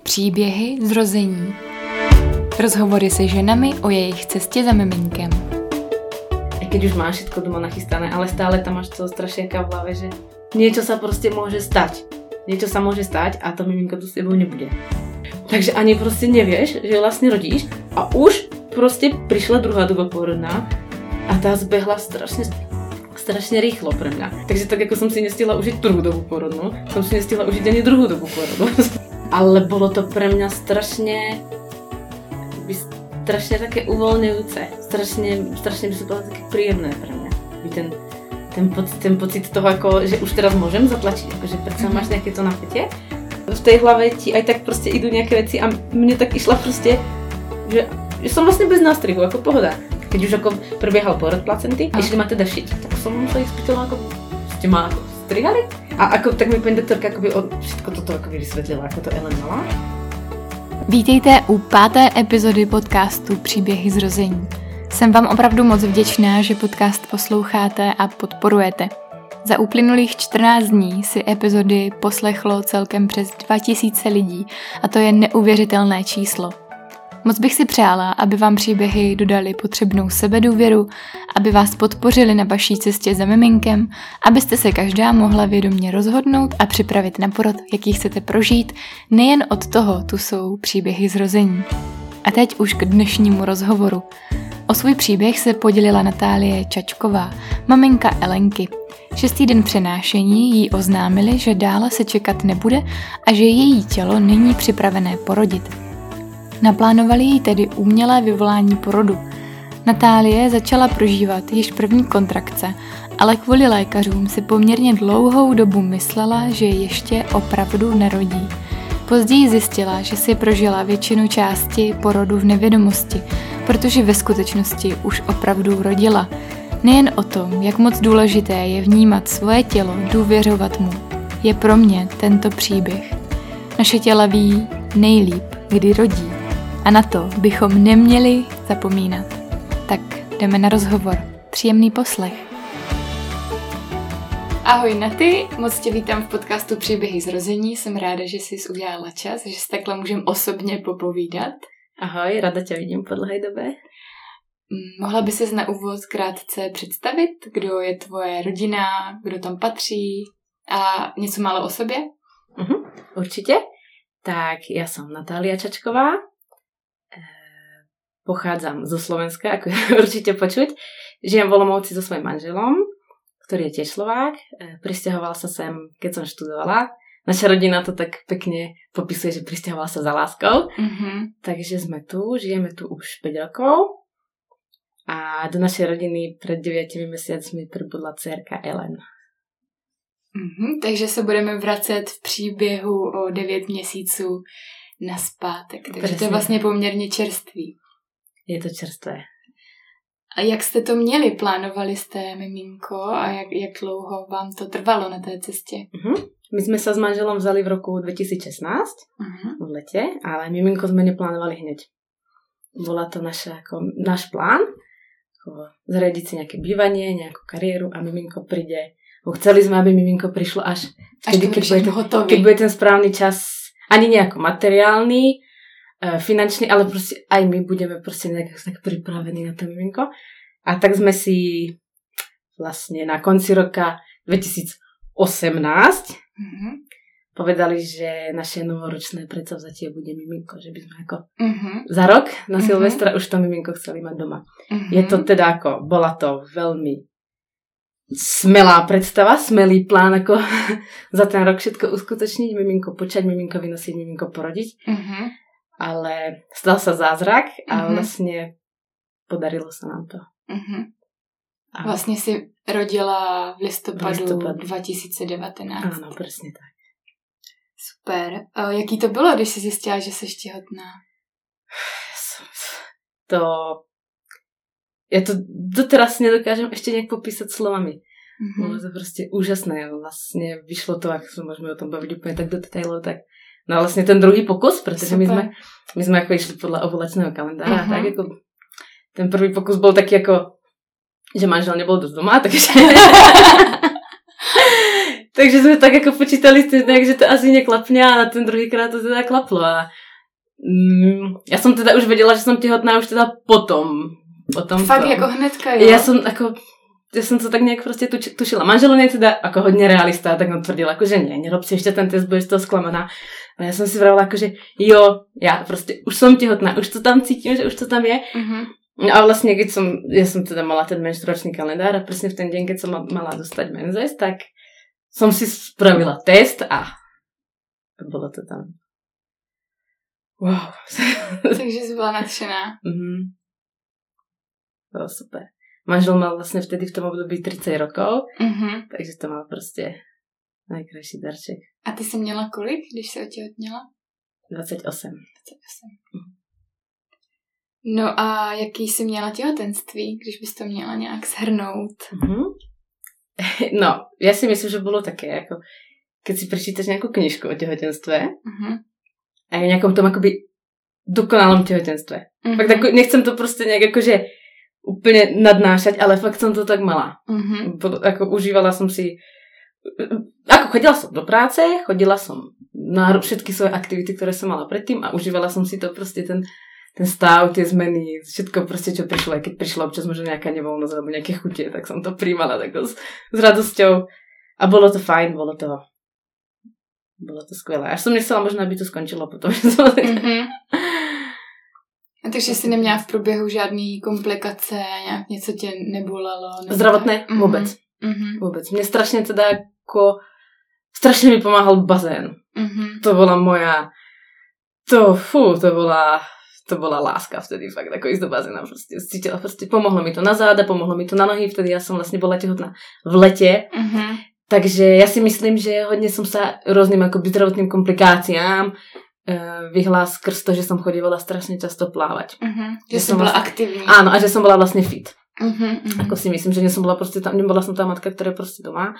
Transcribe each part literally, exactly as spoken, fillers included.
Příběhy zrození. Rozhovory se ženami o jejich cestě za miminkem. A keď už máš všetko doma nachystané, ale stále tam máš to strašiaka v hlave, že niečo sa proste môže stať. Niečo sa môže stať a to miminko tu s tebou nebude. Takže ani proste nevieš, že vlastne rodíš a už proste prišla druhá doba pôrodná a tá zbehla strašne, strašne rýchlo pre mňa. Takže tak ako som si nestihla užiť prvú dobu pôrodnú, som si nestihla užiť ani druhú dobu pôrodnú. Ale bolo to pre mňa strašne, strašne také uvoľňujúce. Strašne, strašne by to bolo také príjemné pre mňa. Ten, ten, pocit, ten pocit toho, ako, že už teraz môžem zatlačiť, akože predsa máš nejaké to napätie. V tej hlave ti aj tak proste idú nejaké veci a mne tak išla proste, že, že som vlastne bez nástrihu, ako pohoda. Keď už ako prebiehal porod placenty, a išli ma teda šiť, tak som sa ich spýtala, ako ste ma ako strihali? A ako, tak mi pani doktorka akoby od, všetko toto akoby vysvetlila, ako to Ellen mala. Vítejte u páté epizody podcastu Příběhy zrození. Jsem vám opravdu moc vděčná, že podcast posloucháte a podporujete. Za uplynulých čtrnáct dní si epizody poslechlo celkem přes dva tisíce lidí a to je neuvěřitelné číslo. Moc bych si přála, aby vám příběhy dodali potřebnou sebedůvěru, aby vás podpořili na vaší cestě za miminkem, abyste se každá mohla vědomě rozhodnout a připravit na porod, jaký chcete prožít, nejen od toho tu jsou příběhy zrození. A teď už k dnešnímu rozhovoru. O svůj příběh se podělila Natálie Čačková, maminka Elenky. Šestý den přenášení jí oznámili, že dále se čekat nebude a že její tělo není připravené porodit. Naplánovali jí tedy umělé vyvolání porodu. Natálie začala prožívat již první kontrakce, ale kvůli lékařům si poměrně dlouhou dobu myslela, že ještě opravdu nerodí. Později zjistila, že si prožila většinu části porodu v nevědomosti, protože ve skutečnosti už opravdu rodila. Nejen o tom, jak moc důležité je vnímat svoje tělo, důvěřovat mu, je pro mě tento příběh. Naše těla ví nejlíp, kdy rodí. A na to bychom neměli zapomínat. Tak jdeme na rozhovor. Příjemný poslech. Ahoj Naty, moc tě vítám v podcastu Příběhy zrození. Jsem ráda, že jsi udělala čas, že si takhle můžeme osobně popovídat. Ahoj, ráda tě vidím po dlhé době. Mohla by ses na úvod krátce představit, kdo je tvoje rodina, kdo tam patří a něco málo o sobě? Uh-huh, určitě. Tak ja som Natália Čačková. Pochádzam zo Slovenska, ako určite počuť. Žijem v Olomouci so svojím manželom, ktorý je tiež Slovák. Prisťahoval sa sem, keď som študovala. Naša rodina to tak pekne popisuje, že prisťahovala sa za láskou. Mm-hmm. Takže sme tu, žijeme tu už päť rokov. A do našej rodiny pred deviatimi mesiacmi pribudla dcerka Ellen. Mm-hmm, takže se budeme vracet v příběhu o devět měsíců naspátek. Takže Presne. To je vlastně poměrně čerstvý. Je to čerstvé. A jak jste to měli? Plánovali jste miminko a jak, jak dlouho vám to trvalo na té cestě? Uh-huh. My sme sa s manželom vzali v roku dvetisícšestnásť uh-huh. v lete, ale miminko sme neplánovali hneď. Bola to naša, ako, náš plán, ako, zariadiť si nejaké bývanie, nejakú kariéru a miminko príde. Chceli sme, aby miminko prišlo až vtedy, keď bude, ten, keď bude ten správny čas, ani nejako materiálny, finančný, ale proste aj my budeme proste nejak, tak pripravení na to miminko. A tak sme si vlastne na konci roka dvetisícosemnásť mm-hmm. povedali, že naše novoročné predsavzatie bude miminko, že by sme ako mm-hmm. za rok na Silvestra mm-hmm. už to miminko chceli mať doma. Mm-hmm. Je to teda ako, bola to veľmi smelá predstava, smelý plán, ako za ten rok všetko uskutočniť, miminko počať, miminko vynosiť, miminko porodiť. Mm-hmm. Ale stal sa zázrak a mm-hmm. vlastne podarilo sa nám to. Mm-hmm. A vlastne si rodila v listopadu, listopadu. dva tisíce devätnásť. Áno, presne tak. Super. A jaký to bylo, když si zjistila, že jsi těhotná? To... Ja to doteraz nedokážem ešte nejak popísať slovami. Mm-hmm. Bolo to proste úžasné. Vlastne vyšlo to, ak sa môžeme o tom baviť úplne tak do detailov, tak no vlastne ten druhý pokus, pretože my sme, my sme ako išli podľa ovulačného kalendára uh-huh. tak ako ten prvý pokus bol taký ako, že manžel nebol dosť doma, takže takže sme tak ako počítali s tým, že to asi neklapne a na ten druhýkrát to teda klaplo. A mm, ja som teda už vedela, že som tehotná už teda potom. potom Fakt to. jako hnedka, jo? Ja som ako, ja som to tak nejak proste tuč, tušila. Manžel je teda ako hodne realista, tak on tvrdil, ako, že nie, nerob si ešte ten test, budeš z toho sklamaná. A ja som si vravila, ako, že jo, ja proste už som tehotná, už to tam cítim, že už to tam je. Uh-huh. No a vlastne, keď som, ja som teda mala ten menštruačný kalendár a presne v ten deň, keď som mala dostať menzes, tak som si spravila test a bolo to tam. Wow. Takže si bola nadšená. Mhm. Bolo super. Manžel mal vlastne vtedy v tom období tridsať rokov, uh-huh. takže to mal proste najkrajší darček. A ty si měla kolik, když se otehotněla? dvadsaťosem. dvadsaťosem. Mhm. No a jaký jsi měla těhotenství, když bys to měla nějak shrnout? Uh-huh. No, ja si myslím, že bolo také, ako keď si prečítaš nejakú knižku o tehotenstve uh-huh. a o nejakom tom akoby dokonalom tehotenstve. Uh-huh. Fakt ako, nechcem to proste nejak akože úplne nadnášať, ale fakt som to tak mala. Uh-huh. Bolo, ako užívala som si ako chodila som do práce, chodila som na všetky svoje aktivity, ktoré som mala predtým a užívala som si to proste ten ten stav, tie zmeny, všetko proste, čo prišlo, aj keď prišla občas možno nejaká nevoľnosť alebo nejaké chutie, tak som to príjmala tako s, s radosťou. A bolo to fajn, bolo to bolo to skvelé. Až som nechcela možno, aby to skončilo potom. Mm-hmm. A takže si neměla v průběhu žádný komplikace, nějak něco tě nebolelo? Nebo... Zdravotné? Mm-hmm. Vôbec. Mm-hmm. Vôbec. Mne strašne teda ako strašne mi pomáhal bazén. Mm-hmm. To bola moja to, fú, to bola to bola láska vtedy fakt, ako ísť do bazéna. Proste, cítila, proste, pomohlo mi to na záda, pomohlo mi to na nohy, vtedy ja som vlastne bola tehotná v lete. Uh-huh. Takže ja si myslím, že hodne som sa rôznym akoby zdravotným komplikáciám uh, vyhla skrz to, že som chodívala strašne často plávať. Uh-huh. Že, že som bola vlastne, aktivní. Áno, a že som bola vlastne fit. Uh-huh, uh-huh. Ako si myslím, že nie som bola proste tam, nebola som tá matka, ktorá je proste doma.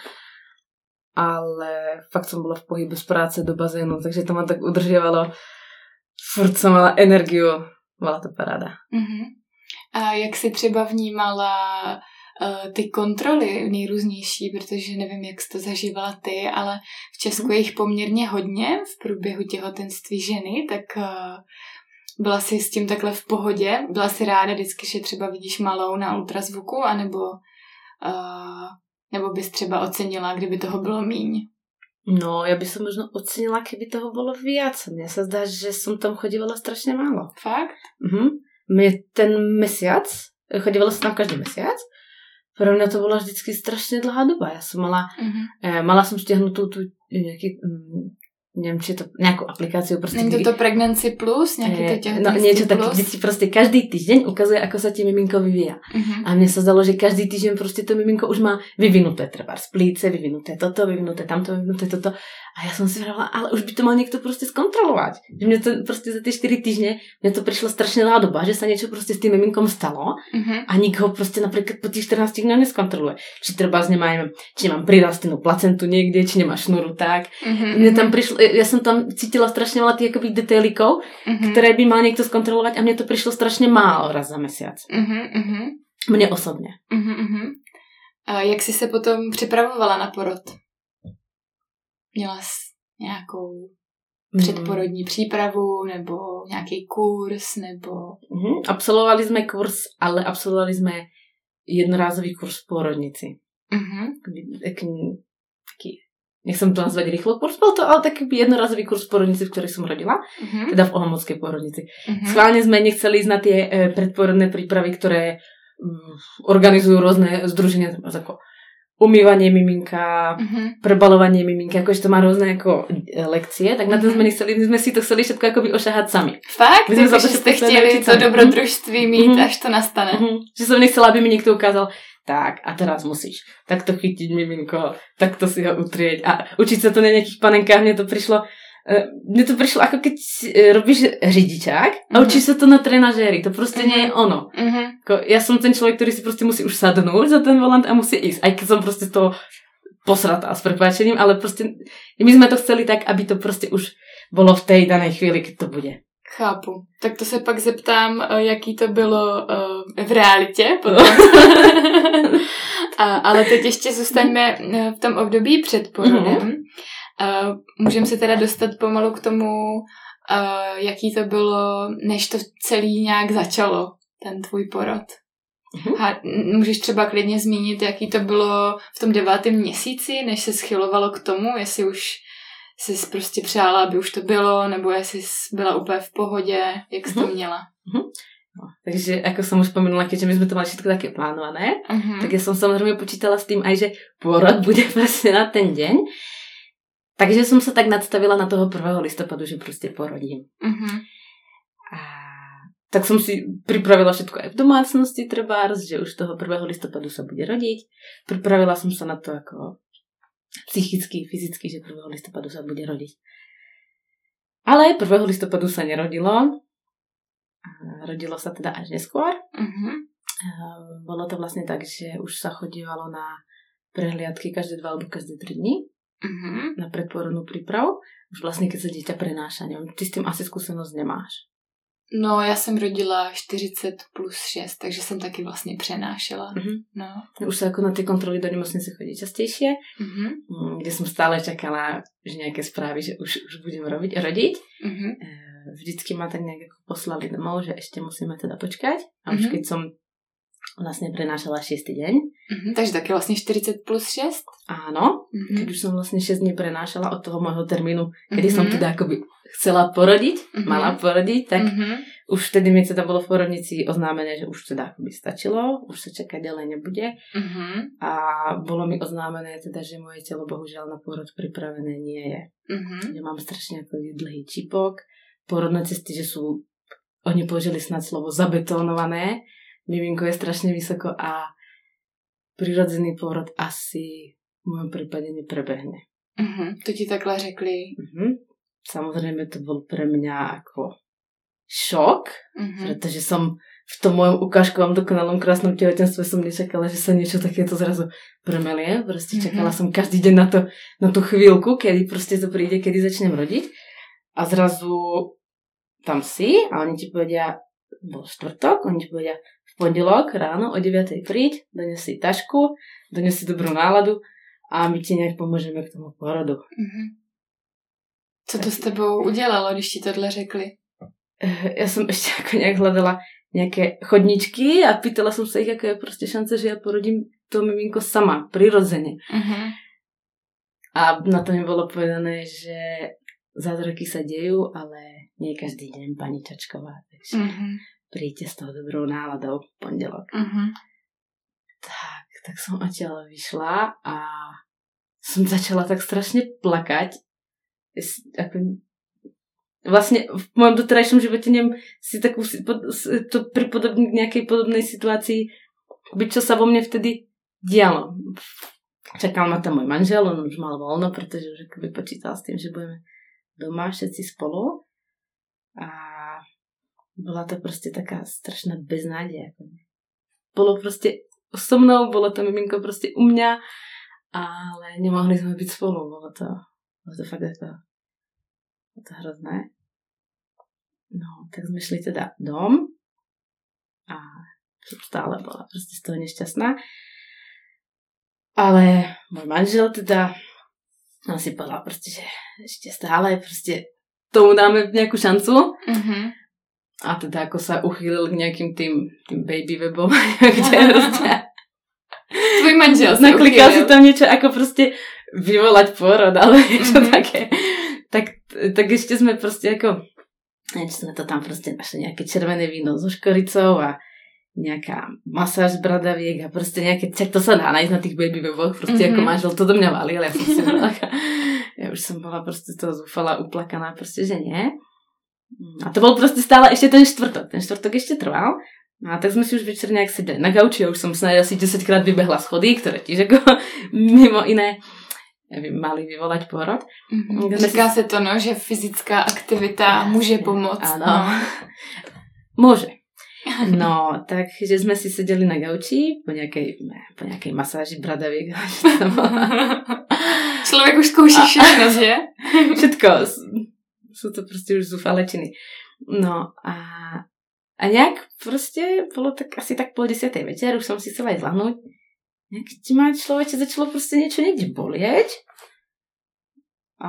Ale fakt som bola v pohybe z práce do bazénu, takže to ma tak udržiavalo. Furt som mala energiu, bola to paráda. Uh-huh. A jak jsi třeba vnímala uh, ty kontroly nejrůznější, protože nevím, jak jsi to zažívala ty, ale v Česku je jich poměrně hodně v průběhu těhotenství ženy, tak uh, byla jsi s tím takhle v pohodě? Byla jsi ráda vždycky, že třeba vidíš malou na ultrazvuku, anebo, uh, nebo bys třeba ocenila, kdyby toho bylo míň? No, ja by som možno ocenila, keby toho bolo viac. Mne sa zdá, že som tam chodívala strašne málo. Fakt? Mhm. Mne ten mesiac, chodívala som tam každý mesiac, pre mňa to bola vždycky strašne dlhá doba. Ja som mala, uh-huh. eh, mala som stiahnutú tu nejaký, mm, neviem, či je to nejakú aplikáciu. Není to to Pregnancy Plus? Nejaký to tehotenství no, niečo také, kde ti proste každý týždeň ukazuje, ako sa ti miminko vyvíja. Uh-huh. A mne sa zdalo, že každý týždeň proste to miminko už má vyvinuté, treba z plíce, vyvinuté toto, vyvinuté tamto, vyvinuté toto. A ja som si vravila, ale už by to mal niekto proste skontrolovať. Že mne to proste za tie štyri týždne, mne to prišlo strašne dlhá doba, že sa niečo proste s tým miminkom stalo uh-huh. a nik ho proste napríklad po tých štrnástich dňoch neskontroluje. Či treba z nemám, či nemám prirastenú placentu niekde, či nemá šnúru tak. Uh-huh. Mne tam prišlo, ja som tam cítila strašne veľa tých akoby detailikov, uh-huh. ktoré by mal niekto skontrolovať a mne to prišlo strašne málo raz za mesiac. Uh-huh, uh-huh. Mne osobne. Uh-huh, uh-huh. A jak si se potom připravovala na porod? Měla jsi nějakou předporodní mm. přípravu nebo nějaký kurz nebo... Mm-hmm. Absolvovali sme kurz, ale absolvovali sme jednorázový kurz v pôrodnici. Mm-hmm. Taký, taký, nechcem to nazvať rýchlo kurz, bol to ale taký jednorázový kurz v pôrodnici, v ktorej som rodila, mm-hmm. teda v Olomouckej pôrodnici. Mm-hmm. Schválne sme nechceli ísť na tie e, predpôrodné prípravy, ktoré m, organizujú rôzne združenia, ako umývanie miminka, uh-huh. prebalovanie miminka, akože to má rôzne ako lekcie, tak na to sme nechceli, my sme si to chceli všetko akoby ošahať sami. Fakt? My sme za to, že ste chtěli to dobrodružství mít, uh-huh. až to nastane. Uh-huh. Že som nechcela, aby mi niekto ukázal, tak a teraz musíš takto chytiť miminko, takto si ho utrieť a učiť sa to na nejakých panenkách, mne to prišlo mne to prišlo ako keď robíš řidičák a učíš sa to na trenažéri. To proste uh-huh. nie je ono. Uh-huh. Ja som ten človek, ktorý si proste musí už sadnúť za ten volant a musí ísť. Aj keď som proste to posratá s prepáčením, ale proste my sme to chceli tak, aby to proste už bolo v tej danej chvíli, keď to bude. Chápu. Tak to se pak zeptám, jaký to bylo v realitě potom. A, ale teď ještě zůstaňme v tom období před porodem. Mm-hmm. Můžeme se teda dostat pomalu k tomu, jaký to bylo, než to celý nějak začalo, ten tvůj porod. Mm-hmm. A můžeš třeba klidně zmínit, jaký to bylo v tom devátém měsíci, než se schylovalo k tomu, jestli už jsi prostě přála, aby už to bylo, nebo jestli jsi byla úplně v pohodě, jak jsi mm-hmm. to měla. Mm-hmm. No, takže ako som už spomenula, keďže my sme to mali všetko také plánované, uh-huh. tak ja som samozrejme počítala s tým aj, že pôrod bude presne na ten deň. Takže som sa tak nadstavila na toho prvého listopadu, že proste porodím. Uh-huh. A tak som si pripravila všetko aj v domácnosti trebárs, že už toho prvého listopadu sa bude rodiť. Pripravila som sa na to ako psychicky, fyzicky, že prvého listopadu sa bude rodiť. Ale prvého listopadu sa nerodilo. Rodilo sa teda až neskôr. Uh-huh. Bolo to vlastne tak, že už sa chodívalo na prehliadky každé dva alebo každé tri dni uh-huh. na predporodnú prípravu. Už vlastne keď sa dieťa prenáša. Ty s tým asi skúsenosť nemáš. No, já jsem rodila čtyřicet plus šest, takže jsem taky vlastně přenášela. Uh-huh. No. Už sa ako na tie kontroly do nemocnice chodí častejšie, uh-huh. kde som stále čakala, že nejaké správy, že už, už budem robiť, rodiť. Uh-huh. Vždycky ma tak nejak ako poslali domov, že ešte musíme teda počkať. A už mm-hmm. keď som vlastne prenášala šiestý deň. Mm-hmm. Takže taky vlastne štyridsať plus šesť? Áno. Mm-hmm. Keď už som vlastne šesť dní prenášala od toho môjho termínu, kedy mm-hmm. som teda akoby chcela porodiť, mm-hmm. mala porodiť, tak mm-hmm. už vtedy mi teda bolo v porodnici oznámené, že už teda akoby stačilo, už sa čakať ďalej nebude. Mm-hmm. A bolo mi oznámené teda, že moje telo bohužiaľ na pôrod pripravené nie je. Mm-hmm. Že mám strašne ako dlhý čípok. Porodné cesty, že sú, oni použili snad slovo zabetónované. Miminko je strašne vysoko a prirodzený pôrod asi v mojom prípade neprebehne. Uh-huh. To ti takhle řekli? Uh-huh. Samozrejme to bol pre mňa ako šok, uh-huh. pretože som v tom mojom ukážkovom dokonalom krásnom tehotenstve som nečakala, že sa niečo takéto zrazu premelie. Proste čakala uh-huh. som každý deň na, to, na tú chvíľku, kedy proste to príde, kedy začnem rodiť. A zrazu tam si a oni ti povedia, bol štvrtok, oni ti povedia v pondelok ráno o deviatej príď, dones si tašku, dones si dobrú náladu a my ti nejak pomôžeme k tomu porodu. Mm-hmm. Co to s tebou udělalo, když ti tohle řekli? Ja som ešte ako nejak hľadala nejaké chodničky a pýtala som sa ich, aká je proste šanca, že ja porodím to miminko sama, prirodzene. Mm-hmm. A na to mi bolo povedané, že zázraky sa dejú, ale nie každý deň, pani Čačková. Takže mm-hmm. príďte s tou dobrou náladou v pondelok. Mm-hmm. Tak, tak som odtiaľ vyšla a som začala tak strašne plakať. Ako, vlastne v mojom doterajšom živote neviem si takú to pripodobniť k nejakej podobnej situácii, čo sa vo mne vtedy dialo. Čakal ma tam môj manžel, on už mal voľno, pretože už akoby počítal s tým, že budeme doma všetci spolu a bola to proste taká strašná beznádej. Bolo proste so mnou, bolo to miminko proste u mňa, ale nemohli sme byť spolu. Bolo to, bolo to fakt ako, bolo to hrozné. No, tak sme šli teda dom a stále bola proste z toho nešťastná. Ale môj manžel teda on si povedal proste, že ešte stále proste tomu dáme nejakú šancu. Uh-huh. A teda ako sa uchýlil k nejakým tým, tým baby webom, kde proste tvoj manžel sa naklikal si tam niečo ako proste vyvolať pôrod, ale niečo uh-huh. také. Tak, tak ešte sme proste ako niečo sme to tam proste našli, nejaké červené víno so škoricou a nejaká masáž bradaviek a proste nejaké, čak to sa dá nájsť na tých baby weboch, proste mm-hmm. ako manžel to do mňa valil, ja som si bola, ja už som bola proste toho zúfala, uplakaná, proste, že nie. A to bol proste stále ešte ten štvrtok, ten štvrtok ešte trval. A tak sme si už večer nejak sedeli na gauči a už som snáď asi desaťkrát vybehla schody, ktoré tiež ako mimo iné mali vyvolať pôrod. Mm-hmm. Říká si... se to, no, že fyzická aktivita môže pomôcť. Áno. No. Môže. No, takže sme si sedeli na gauči po nejakej, po nejakej masáži bradaviek. Človek už skúši všechno, že? Všetko. Sú to proste už zúfalečiny. No a, a nejak proste bolo tak asi tak pol desiatej večer, už som si chcela ísť zľahnúť. Nejak ti ma človeče začalo proste niečo niekde bolieť. A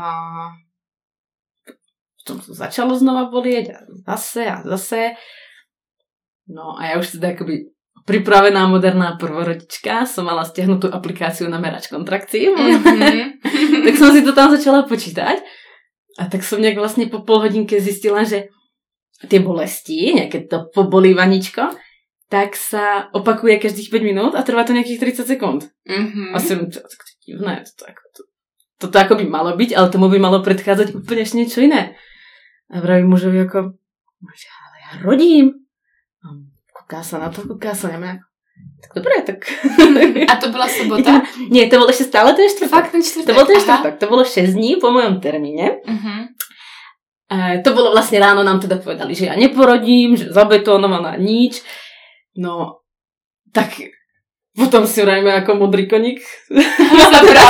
potom to začalo znova bolieť a zase a zase. No a ja už teda akoby pripravená moderná prvorodička som mala stiahnutú aplikáciu na merač kontrakcií. Mm-hmm. Tak som si to tam začala počítať. A tak som nejak vlastne po pol hodinke zistila, že tie bolesti, nejaké to pobolívaničko, tak sa opakuje každých päť minút a trvá to nejakých tridsať sekúnd. Mm-hmm. A som to divné, toto, to, toto ako by malo byť, ale tomu by malo predchádzať úplne ešte niečo iné. A vravím mužovi ako, ale ja rodím. Kúká sa na to, kúká sa na mňa. Tak dobre, tak... A to bola sobota? Nie, to bolo ešte stále ten štvrtok. Fakt ten štvrtok. To bol ten štvrtok. To bolo šesť dní po mojom termíne. Uh-huh. E, to bolo vlastne ráno nám teda povedali, že ja neporodím, že zabetónovaná nič. No, tak potom si vrajme ako modrý koník zabral.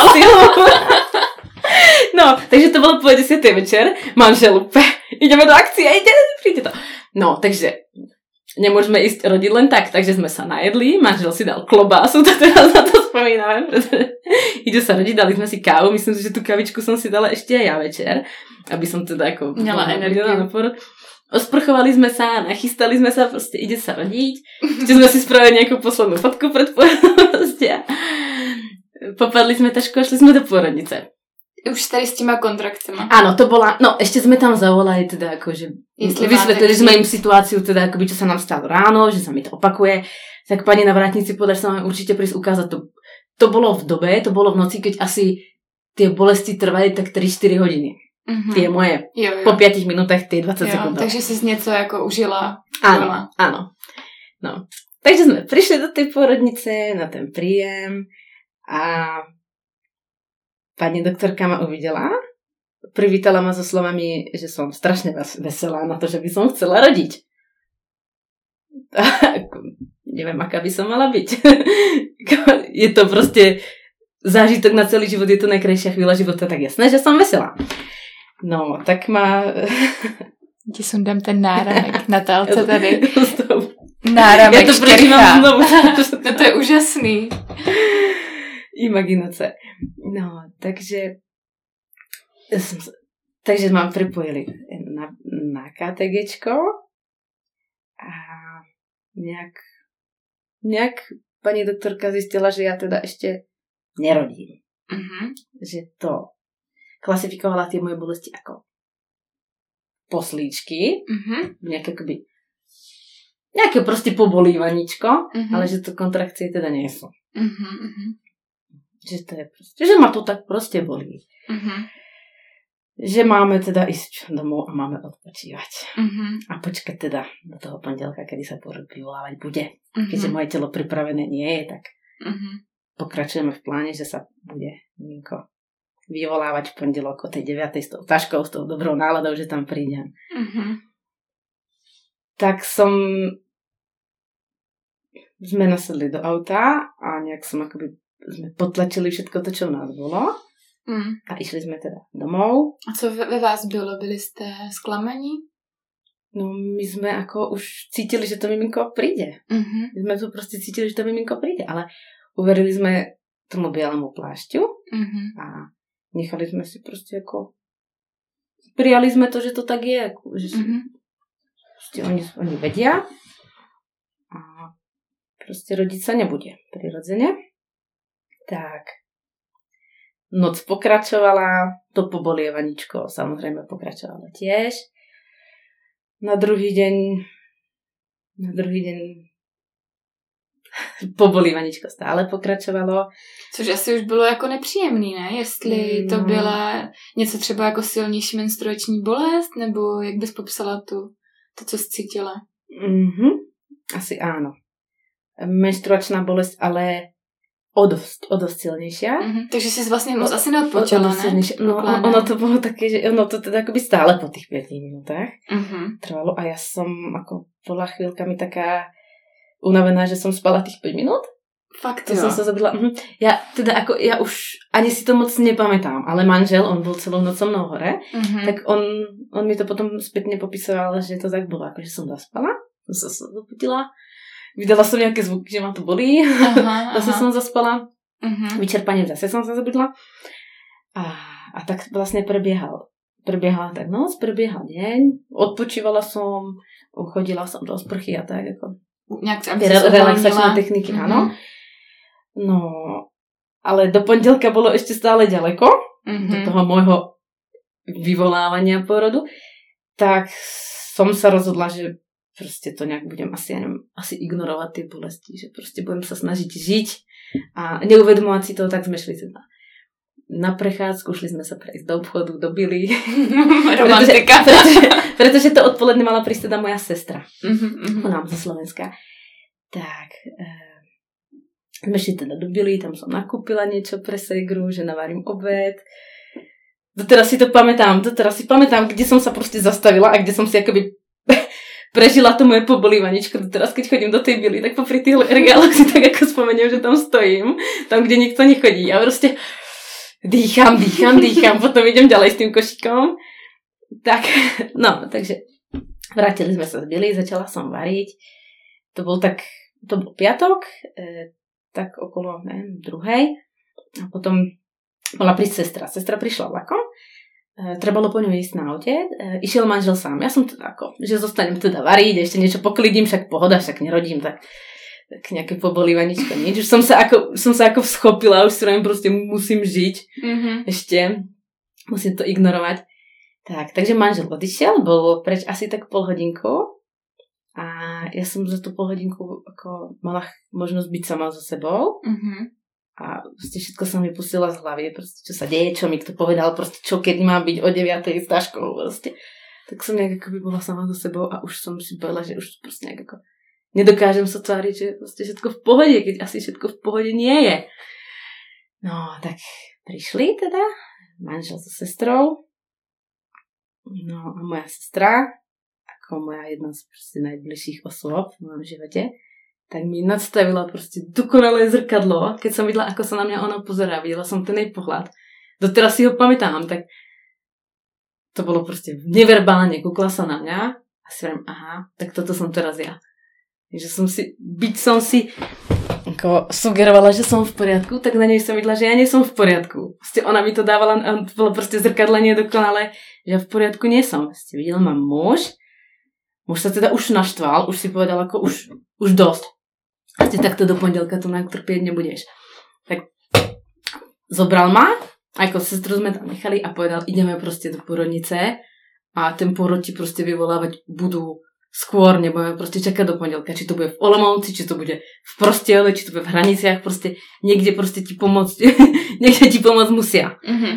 No, takže to bolo po desiatej večer. Manžel, pe, ideme do akcie, ide, príde to. No, takže... Nemôžeme ísť rodiť len tak, takže sme sa najedli, manžel si dal klobásu, to teraz na to spomíname, pretože ide sa rodiť, dali sme si kávu, myslím si, že tú kavičku som si dala ešte aj ja večer, aby som teda ako... Mala energiu. Osprchovali sme sa, nachystali sme sa, proste ide sa rodiť, ešte sme si spravili nejakú poslednú fotku pred porodnosť. Popadli sme tašku a šli sme do pôrodnice. Už tady s těma kontrakcemi. Áno, to bola, no ešte sme tam zavolali teda akože, vysvetlili sme im situáciu teda akoby, čo sa nám stalo ráno, že sa mi to opakuje, tak pani na vrátnici povedala, že sa máme určite prísť ukázať to. To bolo v dobe, to bolo v noci, keď asi tie bolesti trvali tak tri štyri hodiny. Mm-hmm. Tie moje. Jo, jo. Po piatich minútach tie dvadsať sekúnd. Takže si něco jako užila. Áno, doma. Áno. No. Takže sme prišli do tej porodnice, na ten príjem a pani doktorka ma uvidela, privítala ma so slovami, že som strašne veselá na to, že by som chcela rodiť. Neviem, aká by som mala byť. Je to proste zážitok na celý život, je to najkrajšia chvíľa života, tak jasné, že som veselá. No, tak ma... Ti sundám ten náramek na telce tady. Náramek ja to prežívam znovu. No to je úžasný. Imaginace. No, takže takže mám pripojili na, na KTGčko a nejak nejak pani doktorka zistila, že ja teda ešte nerodím. Uh-huh. Že to klasifikovala tie moje bolesti ako poslíčky, uh-huh. nejaké akoby nejaké proste pobolívaničko, uh-huh. ale že to kontrakcie teda nie sú. Uh-huh, uh-huh. Že to je proste, že ma to tak proste bolí. Uh-huh. Že máme teda ísť domov a máme odpočívať. Uh-huh. A počkať teda do toho pondelka, kedy sa porod vyvolávať bude. Uh-huh. Keďže moje telo pripravené nie je, tak uh-huh. pokračujeme v pláne, že sa bude miminko vyvolávať v pondelok o tej deviatej s tou taškou, s tou dobrou náladou, že tam prídem. Uh-huh. Tak som sme nasedli do auta a nejak som akoby sme potlačili všetko to, čo v nás bolo. Mm. A išli sme teda domov. A co ve vás bylo? Byli ste sklamaní? No my sme ako už cítili, že to miminko príde. Mm-hmm. My sme to proste cítili, že to miminko príde. Ale uverili sme tomu bielemu plášťu mm-hmm. a nechali sme si proste ako prijali sme to, že to tak je. Ako, že mm-hmm. proste oni, oni vedia a proste rodiť sa nebude prirodzene. Tak, noc pokračovala, to pobolievaničko samozrejme pokračovalo tiež. Na druhý deň, na druhý deň pobolívaničko stále pokračovalo. Což asi už bylo jako nepříjemný, ne? Jestli to byla něco třeba jako silnější menstruační bolest, nebo jak bys popsala tu, to, co jsi cítila? Mm-hmm. Asi áno. Menstruačná bolesť, ale o dosť, o dosť silnejšia. Mm-hmm. Takže si vlastne moc asi neodpočala, ne? No, ono to bolo také, že ono to teda akoby stále po tých piatich minútach mm-hmm. trvalo a ja som ako bola chvíľkami taká unavená, že som spala tých päť minút. Fakt, to jo. som sa zabudla. Mhm. Ja teda ako, ja už ani si to moc nepamätám, ale manžel, on bol celou noc so mnou hore, mm-hmm. tak on, on mi to potom spätne popisoval, že to tak bolo, akože som zaspala, som sa zobudila, vydala som nejaké zvuky, že ma to bolí, aha, zase aha. som zaspala, mm-hmm. vyčerpaním zase som sa zabudla a, a tak vlastne prebiehal. Prebiehala tak noc, prebiehal deň, odpočívala som, chodila som do sprchy a tak ako nejak re- relaxačné techniky, mm-hmm. áno. No, ale do pondelka bolo ešte stále ďaleko, mm-hmm. do toho môjho vyvolávania porodu, tak som sa rozhodla, že proste to nejak budem asi, ja neviem, asi ignorovať tie bolesti, že proste budem sa snažiť žiť a neuvedomovať si to, tak sme šli teda na prechádzku, šli sme sa prejsť do obchodu, do Billy. Romantika. pretože, pretože to odpoledne mala prísť teda moja sestra. Mm-hmm. Ona zo Slovenska. Tak... E- sme šli teda do Billy, tam som nakúpila niečo pre segru, že navarím obed. Doteraz si to pamätám, doteraz si pamätám, kde som sa proste zastavila a kde som si akoby prežila to moje pobolívaničko. Doteraz, keď chodím do tej Billy, tak popri tých regáloch si tak ako spomeniem, že tam stojím, tam, kde nikto nechodí. A proste dýcham, dýcham, dýcham, potom idem ďalej s tým košíkom. Tak, no, takže vrátili sme sa z Billy, začala som variť. To bol tak, to bol piatok, e, tak okolo, neviem, druhej. A potom bola prísť sestra. Sestra prišla vlakom. E, trebalo po ňu ísť na aute. E, išiel manžel sám. Ja som teda ako, že zostanem teda variť, ešte niečo poklidím, však pohoda, však nerodím, tak, tak nejaké pobolívaničko, nič. Už som sa ako, som sa ako vschopila, už si neviem, proste musím žiť. Mm-hmm. Ešte. Musím to ignorovať. Tak, takže manžel odišiel, bol preč asi tak pol hodinku. A ja som za tú pol hodinku ako mala možnosť byť sama so sebou. Uh-huh. A proste všetko som mi pustila z hlavy. Proste, čo sa deje, čo mi kto povedal, proste čo keď mám byť o deviatej s Taškou. Proste. Tak som nejak ako by bola sama so sebou a už som si povedala, že už proste nejak ako nedokážem sa tváriť, že proste všetko v pohode, keď asi všetko v pohode nie je. No, tak prišli teda manžel so sestrou. No a moja sestra, ako moja jedna z proste najbližších osôb v mojom živote, tak mi nadstavila proste dokonalé zrkadlo, keď som videla, ako sa na mňa ona pozerá. Videla som ten jej pohľad. Doteraz si ho pamätám, tak to bolo proste neverbálne. Kúkla sa na mňa a si vrem, aha, tak toto som teraz ja. Takže som si, byť som si ako sugerovala, že som v poriadku, tak na nej som videla, že ja nie som v poriadku. Proste ona mi to dávala, to bolo proste zrkadlenie dokonalé, že ja v poriadku nie som. Proste videla ma muž, muž sa teda už naštval, už si povedal ako už, už dosť. Proste takto do pondelka tu nejak trpieť nebudeš. Tak zobral ma, ako sestru sme tam nechali a povedal, ideme proste do pôrodnice a ten pôrod ti proste vyvolávať budú skôr, nebudeme proste čakať do pondelka, či to bude v Olomouci, či to bude v Prostiove, či to bude v Hraniciach, proste niekde proste ti pomôcť, niekde ti pomôcť musia. Mm-hmm.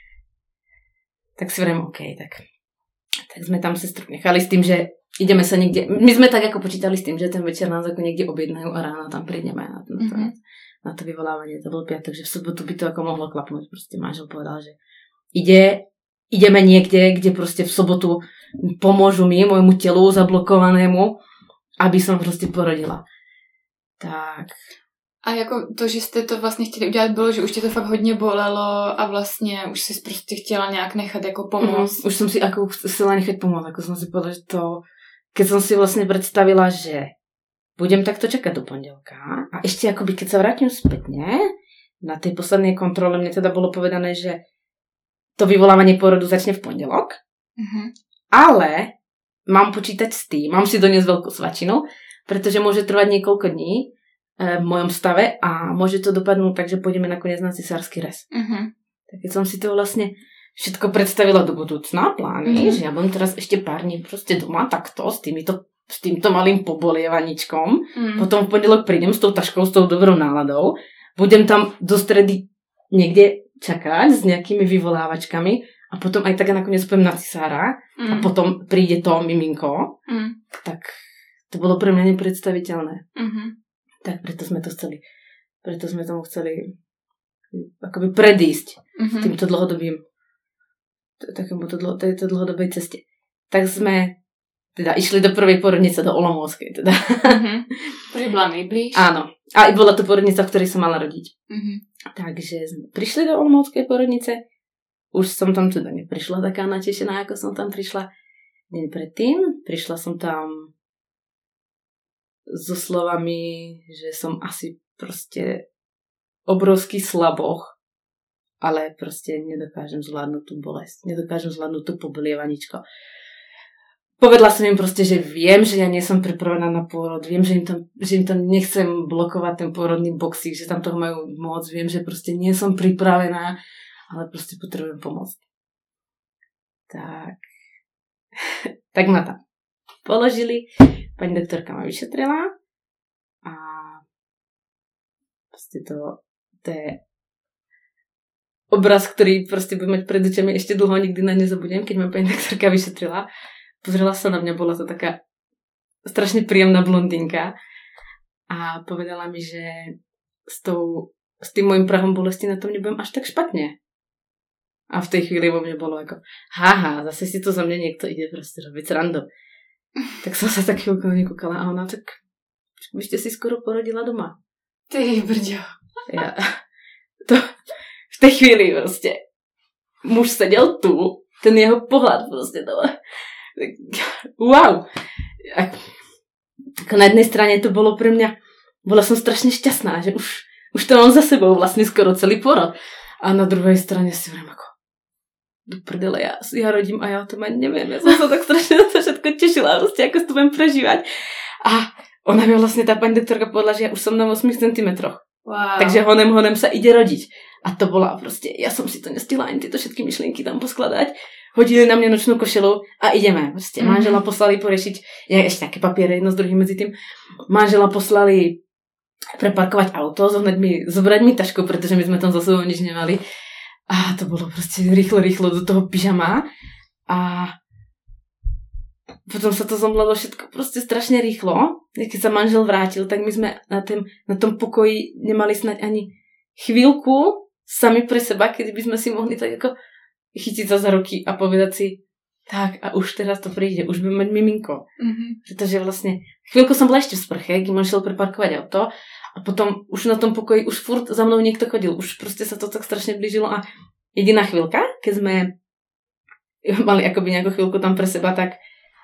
Tak si vrem, OK, tak, tak sme tam sestru nechali s tým, že ideme sa niekde, my sme tak ako počítali s tým, že ten večer nás ako niekde objednajú a ráno tam prídeme na to, mm-hmm. na to vyvolávanie, to bol piatok, že v sobotu by to ako mohlo klapnúť, proste manžel povedal, že ide, ideme niekde, kde proste v sobotu pomôžu mi, môjmu telu zablokovanému, aby som proste porodila. Tak. A jako to, že jste to vlastně chtěli udělat, bylo, že už tě to fakt hodně bolelo a vlastně už jsi prostě chtěla nějak nechat jako pomoct. Mm-hmm. Už som si ako chcela nechať pomôcť, ako som si povedala, že to, keď som si vlastne predstavila, že budem takto čakať do pondelka a ešte akoby keď sa vrátim spätne, na tej poslednej kontrole mne teda bolo povedané, že to vyvolávanie pôrodu začne v pondelok, mm-hmm. ale mám počítať s tým, mám si doniesť veľkú svačinu, pretože môže trvať niekoľko dní v mojom stave a môže to dopadnúť tak, že pôjdeme nakoniec na cisársky rez. Uh-huh. Tak keď som si to vlastne všetko predstavila do budúcna, plány, uh-huh. že ja budem teraz ešte pár dní proste doma takto, s týmito, s týmto malým pobolievaničkom, uh-huh. potom v pondelok prídem s tou taškou, s tou dobrou náladou, budem tam do stredy niekde čakať s nejakými vyvolávačkami a potom aj tak nakoniec pôjdem na cisára uh-huh. a potom príde to miminko, uh-huh. tak to bolo pre mňa nepredstaviteľné. Uh-huh. Tak preto sme to chceli, preto sme tomu chceli akoby predísť mm-hmm. týmto dlhodobým takémuto dlho, tejto dlhodobej ceste. Tak sme teda išli do prvej porodnice do Olomouckej. Teda. Mm-hmm. Protože byla nejblíž. Áno. A i bola to porodnica, v ktorej som mala rodiť. Mm-hmm. Takže sme prišli do Olomouckej porodnice. Už som tam teda neprišla taká natešená, ako som tam prišla deň predtým. Prišla som tam so slovami, že som asi proste obrovský slaboch, ale proste nedokážem zvládnuť tú bolesť. Nedokážem zvládnuť tú poblievaničko. Povedla som im proste, že viem, že ja nie som pripravená na pôrod, viem, že im tam, že im tam nechcem blokovať ten pôrodný boxík, že tam toho majú moc, viem, že proste nie som pripravená, ale proste potrebujem pomôcť. Tak. Tak ma tam položili, pani doktorka ma vyšetrila a proste to, to je obraz, ktorý proste budem mať pred očami ešte dlho, nikdy na nezabudnem, keď ma pani doktorka vyšetrila. Pozrela sa na mňa, bola to taká strašne príjemná blondínka a povedala mi, že s, tou, s tým môjim prahom bolesti na tom nebudem až tak špatne. A v tej chvíli vo mne bolo ako, haha, zase si to za mňa niekto ide proste robiť srandu. Tak som sa tak chvíľko nekúkala a ona tak, vy ste si skoro porodila doma. Ty brďo. Ja, to v tej chvíli proste muž sedel tu, ten jeho pohľad proste dole. Wow. Ako na jednej strane to bolo pre mňa, bola som strašne šťastná, že už, už to mám za sebou vlastne skoro celý porod. A na druhej strane si hovorím ako, do prdele, ja, ja rodím a ja o tom ani neviem. Ja som sa tak strašne na to všetko tešila, proste ako to budem prežívať. A ona mi vlastne, tá pani doktorka povedala, že ja už som na osem centimetroch. Wow. Takže honem, honem sa ide rodiť. A to bola proste, ja som si to nestihla ani tieto všetky myšlienky tam poskladať. Hodili na mňa nočnú košelu a ideme. Proste mm-hmm. manžela poslali poriešiť, ja ešte také papiere jedno s druhým medzi tým. Manžela poslali preparkovať auto, zohnať mi, zobrať mi tašku, pretože my sme tam za sebou nič nemali. A to bolo proste rýchlo, rýchlo do toho pyžama. A potom sa to zomlelo všetko proste strašne rýchlo. Keď sa manžel vrátil, tak my sme na, tém, na tom pokoji nemali snať ani chvíľku sami pre seba, kedy by sme si mohli tak ako chytiť sa za ruky a povedať si, tak a už teraz to príde, už budem mať miminko. Mm-hmm. Pretože vlastne chvíľku som bola ešte v sprche, keď man šiel preparkovať auto a potom už na tom pokoji už furt za mnou niekto chodil. Už proste sa to tak strašne blížilo a jediná chvíľka, keď sme mali akoby nejakú chvíľku tam pre seba, tak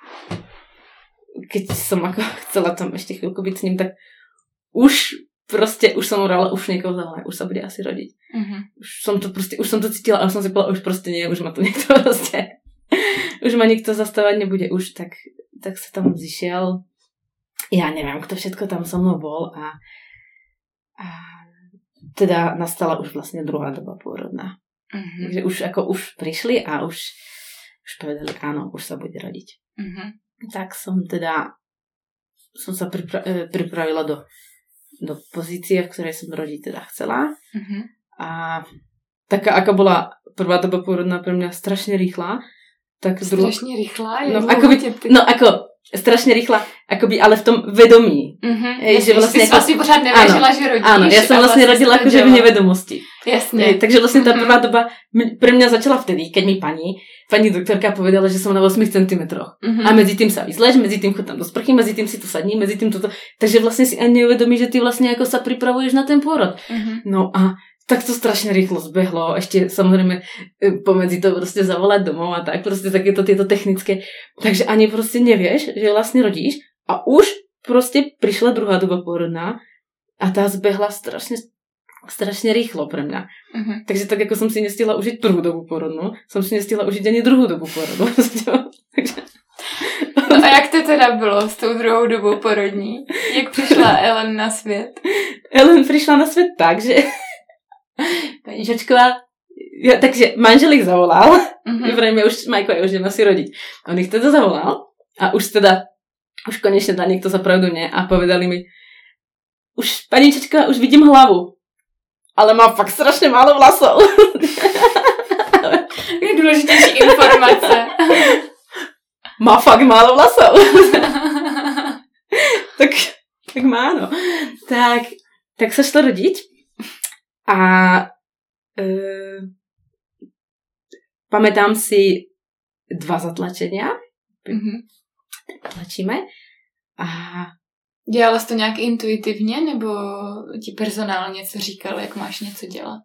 keď som ako chcela tam ešte chvíľku byť s ním, tak už proste, už som urala, už niekoho zavolá, už sa bude asi rodiť. Uh-huh. Už som to proste, už som to cítila a už som si povedala, už proste nie, už ma tu niekto proste, už ma nikto zastávať nebude, už tak, tak sa tam zišiel. Ja neviem, kto všetko tam so mnou bol a, a teda nastala už vlastne druhá doba pôrodná. Uh-huh. Takže už ako už prišli a už, už povedali, áno, už sa bude rodiť. Uh-huh. Tak som teda som sa pripra- pripravila do do pozície, v ktorej som rodiť teda chcela. Uh-huh. A taká, aká bola prvá doba pôrodná pre mňa strašne rýchla. Tak strašne dru... rýchla? No, akoby, no ako, strašne rýchla, akoby, ale v tom vedomí. Uh-huh. Ej, že vlastne ty ako... asi pořád nevěřila, že rodíš. Áno, ja som vlastne rodila akože v nevedomosti. Jasne. Ej, takže vlastne tá prvá doba pre mňa začala vtedy, keď mi pani, pani doktorka povedala, že som na osem centimetroch. Uh-huh. A medzi tým sa vyzlež, medzi tým chod tam do sprchy, medzi tým si tu sadni, medzi tým toto. Takže vlastne si ani neuvedomí, že ty vlastne ako sa pripravuješ na ten pôrod. Uh-huh. No a tak to strašne rýchlo zbehlo. Ešte samozrejme pomedzi to proste zavolať domov a tak, proste takéto tieto technické. Takže ani proste nevieš, že vlastne rodíš a už proste prišla druhá doba pôrodná a tá zbehla strašne strašne rýchlo pre mňa. Uh-huh. Takže tak, ako som si nestihla užiť prvú dobu pôrodnú, som si nestihla užiť ani druhú dobu pôrodnú. Takže... No a jak to teda bylo s tou druhou dobou porodní? Jak přišla Ellen na svět? Ellen prišla na svet tak, že pani Žačková, ja, takže manžel ich zavolal, uh-huh. vrejme už, Majko, ja už idem asi rodiť. On ich teda zavolal a už teda, už konečne dá niekto za pravdu mne a povedali mi, už, pani Žačková, už vidím hlavu, ale má fakt strašne málo vlasov. Je důležitější informace. Má fakt málo vlasov. tak, tak má, no. Tak, tak sa šlo rodiť a e, pamätám si dva zatlačenia. Mm-hmm. tlačíme. A dělala jsi to nějak intuitivně, nebo ti personál něco říkal, jak máš něco dělat?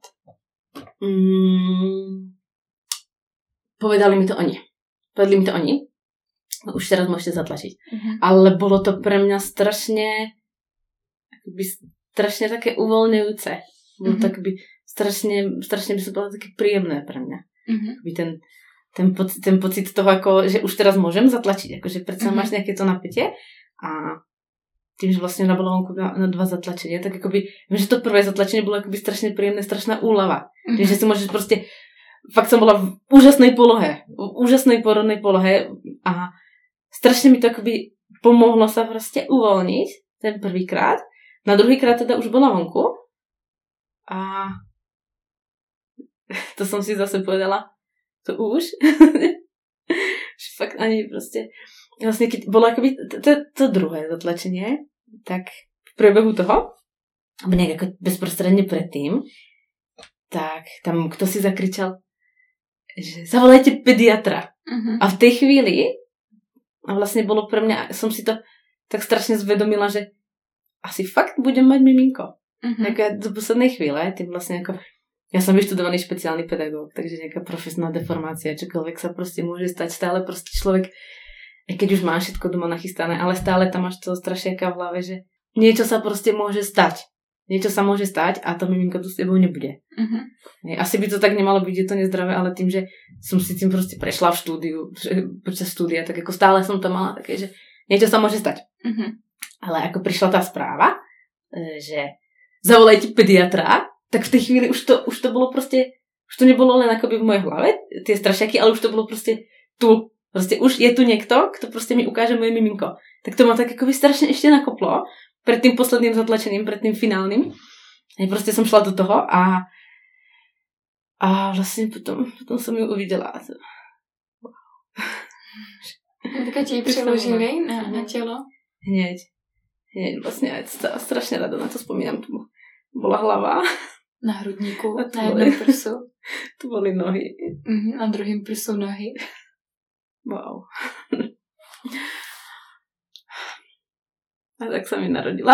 Mm, povedali mi to oni. Povedali mi to oni. Už teraz môžete zatlačiť. Uh-huh. Ale bolo to pre mňa strašne akoby, strašne také uvoľňujúce. Bolo uh-huh. to akoby strašne, strašne by som povedala také príjemné pre mňa. Uh-huh. Akoby ten, ten, pocit, ten pocit toho, ako, že už teraz môžem zatlačiť. Akože predsa uh-huh. máš nejaké to napätie a tým, že vlastne ona bola vonku na, na dva zatlačenia, tak akoby, viem, že to prvé zatlačenie bolo akoby strašne príjemné, strašná úlava. Uh-huh. Tým, že si môžeš proste, fakt som bola v úžasnej polohe, v úžasnej porodnej polohe a strašne mi to akoby pomohlo sa proste uvoľniť ten prvýkrát. Na druhýkrát teda už bola vonku a to som si zase povedala, to už. Fakt ani proste, vlastne keď bolo akoby to, to, to druhé zatlačenie, tak v priebehu toho, alebo nejak ako bezprostredne predtým, tak tam kto si zakričal, že zavolajte pediatra. Uh-huh. A v tej chvíli a vlastne bolo pre mňa, som si to tak strašne zvedomila, že asi fakt budem mať miminko. Uh-huh. Nejaká do poslednej chvíle, tým vlastne ako, ja som vyštudovaný špeciálny pedagóg, takže nejaká profesná deformácia, čokoľvek sa proste môže stať, stále proste človek, aj keď už má všetko doma nachystané, ale stále tam máš to strašiaka v hlave, že niečo sa proste môže stať. Niečo sa môže stať a to miminko tu s tebou nebude. Uh-huh. Asi by to tak nemalo byť, je to nezdravé, ale tým, že som si tým proste prešla v štúdiu, počas štúdia, tak ako stále som to mala také, že niečo sa môže stať. Uh-huh. Ale ako prišla tá správa, že zavolajte pediatra, tak v tej chvíli už to, už to bolo proste, už to nebolo len akoby v mojej hlave, tie strašiaky, ale už to bolo proste tu. Proste už je tu niekto, kto proste mi ukáže moje miminko. Tak to ma tak akoby strašne ešte nakoplo. Pred tým posledným zatlačením, pred tým finálnym. A proste som šla do toho a a vlastne potom, potom som ju uvidela. Wow. Tak ti ji přeložili na, na tělo? Hneď. Hneď vlastne aj strašne rada na to spomínam. Tu bola hlava. Na hrudníku, na jednom prsu. Tu boli nohy. Mm-hmm, na druhém prsu nohy. Wow. A tak sa mi narodila.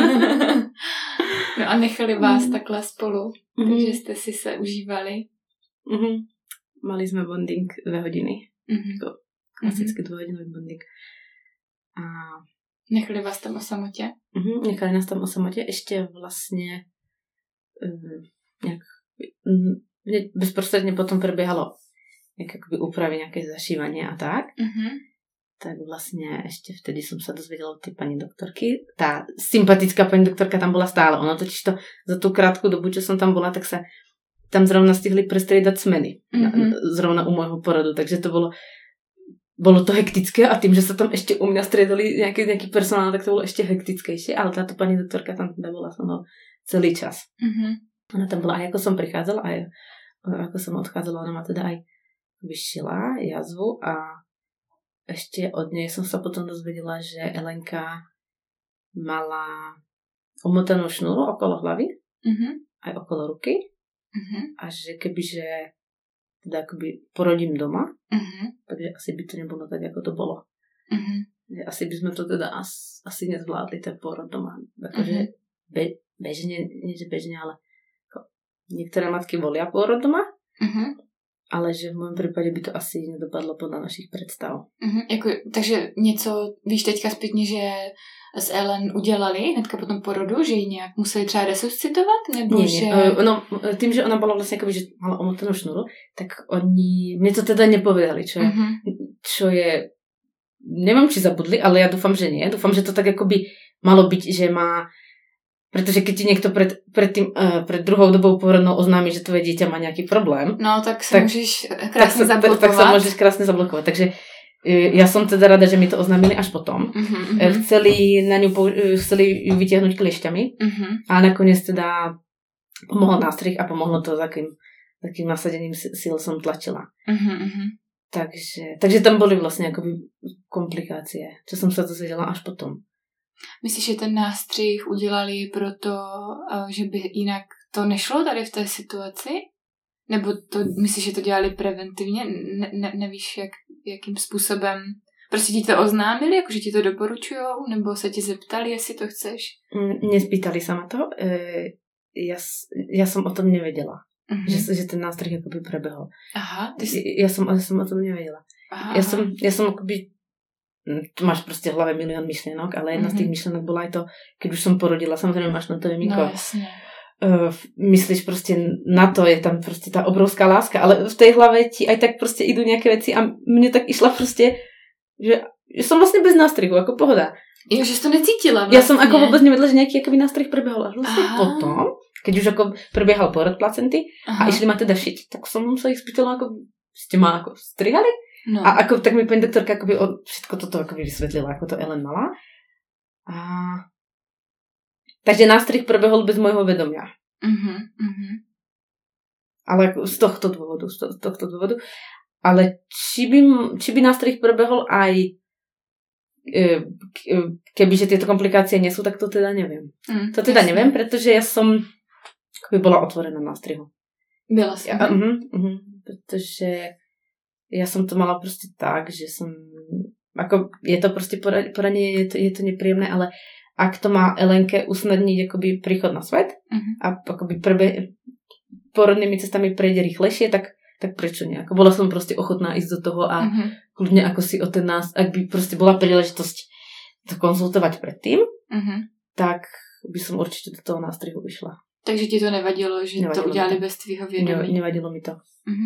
No a nechali vás mm. takhle spolu, mm. takže jste si se užívali. Mm-hmm. Mali sme bonding dve hodiny. Mm-hmm. Jako klasický mm-hmm. dvojhodinový bonding. A nechali vás tam o samotě? Mm-hmm. Nechali nás tam o samotě. Ešte vlastne um, nejak um, bezprostredne potom prebiehalo nejaké akoby úpravy, nejaké zašívanie a tak. Mm-hmm. Tak vlastne ešte vtedy som sa dozvedela od tej pani doktorky. Tá sympatická pani doktorka tam bola stále. Ona totiž to za tú krátku dobu, čo som tam bola, tak sa tam zrovna stihli prestriedať smeny. Mm-hmm. Zrovna u môjho porodu. Takže to bolo bolo to hektické a tým, že sa tam ešte u mňa striedali nejaký, nejaký personál, tak to bolo ešte hektickejšie. Ale táto pani doktorka tam teda bola so mnou celý čas. Mm-hmm. Ona tam bola aj ako som prichádzala, aj ako som odchádzala. Ona ma teda aj vyšila jazvu a ešte od nej som sa potom dozvedela, že Elenka mala omotanú šnúru okolo hlavy, uh-huh. aj okolo ruky uh-huh. a že kebyže teda akoby porodím doma, uh-huh. takže asi by to nebolo tak, ako to bolo. Uh-huh. Asi by sme to teda as, asi nezvládli, ten porod doma. Akože uh-huh. be, bežne, nie že bežne, ale niektoré matky volia porod doma, uh-huh. ale že v mém případě by to asi nedopadlo podle našich představ. Mm-hmm, jako, takže něco víš teďka zpětně, že s Ellen udělali hnedka po tom porodu, že ji nějak museli třeba resuscitovat? Nebo nie, že... nie. No, tým, že ona byla vlastně jakoby, že mala omotanou šnuru, tak oni mě to teda nepovedali, čo je, mm-hmm. čo je, nevím, či zabudli, ale já doufám, že nie. Doufám, že to tak jakoby malo být, že má. Pretože keď ti niekto pred, pred, tým, uh, pred druhou dobou porodnou oznámi, že tvoje dieťa má nejaký problém, no tak sa tak, môžeš krásne tak, zablokovať. Tak, tak sa môžeš krásne zablokovať. Takže uh, ja som teda rada, že mi to oznámili až potom. Uh-huh, uh-huh. Chceli na ňu uh, chceli ju vytiahnuť kliešťami, uh-huh. a nakoniec teda pomohol nástrih a pomohlo to, za takým, takým nasadením síl som tlačila. Uh-huh, uh-huh. Takže, takže tam boli vlastne akoby komplikácie, čo som sa dozvedela až potom. Myslíš, že ten nástřih udělali proto, že by jinak to nešlo tady v té situaci? Nebo to myslíš, že to dělali preventivně? Ne, ne, nevíš, jak, jakým způsobem? Prostě ti to oznámili, jakože ti to doporučujou, nebo se ti zeptali, jestli to chceš? Nespýtali sa ma to. E, ja, ja som o tom nevedela. Uh-huh. Že, že ten nástroj akoby prebehol. Aha. Ty si... ja, som, ja som o tom nevedela. Aha, ja, som, ja som akoby... Tu máš proste v hlave milión myšlienok, ale jedna uh-huh. z tých myšlienok bola aj to, keď už som porodila, samozrejme máš na to miminko. No jasne. Uh, myslíš proste na to, je tam proste tá obrovská láska, ale v tej hlave ti aj tak proste idú nejaké veci a mne tak išla proste, že, že som vlastne bez nástrihu, ako pohoda. Jo, že si to necítila vlastne. Ja som ako vôbec nevedela, že nejaký akoby nástrih prebehol. A vlastne Aha. potom, keď už ako prebiehal porod placenty Aha. a išli ma teda šiť, tak som sa ich spýtala, ako ste ma ako strihali? No. A ako, tak mi pani doktorka akoby o, všetko toto akoby vysvetlila, ako to Ellen mala. A... Takže nástrih prebehol bez môjho vedomia. Uh-huh, uh-huh. Ale z tohto dôvodu, z tohto dôvodu. Ale či by, či by nástrih prebehol aj kebyže tieto komplikácie nie sú, tak to teda neviem. Mm, to teda jasne. neviem, pretože ja som akoby bola otvorená nástrihu. Byla som. Ja, uh-huh, uh-huh, pretože ja som to mala proste tak, že som ako, je to proste poranenie, je to, je to nepríjemné, ale ak to má Elenke usnadniť akoby príchod na svet uh-huh. a akoby prebe, porodnými cestami prejde rýchlejšie, tak tak prečo nie? Ako bola som proste ochotná ísť do toho a uh-huh. kľudne ako si o ten nás, ak by proste bola príležitosť to konzultovať predtým, uh-huh. tak by som určite do toho nástrihu išla. Takže ti to nevadilo, že nevadilo to udělali bez tvýho vědomí? Nevadilo mi to. Uh-huh.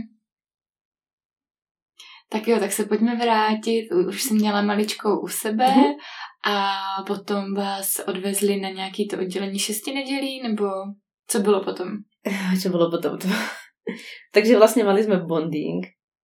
Tak jo, tak se pojďme vrátit. Už jsi měla maličkou u sebe uh-huh. a potom vás odvezli na nějaký to oddělení šesti nedělí, nebo co bylo potom? Čo bylo potom? To... Takže vlastne mali sme bonding.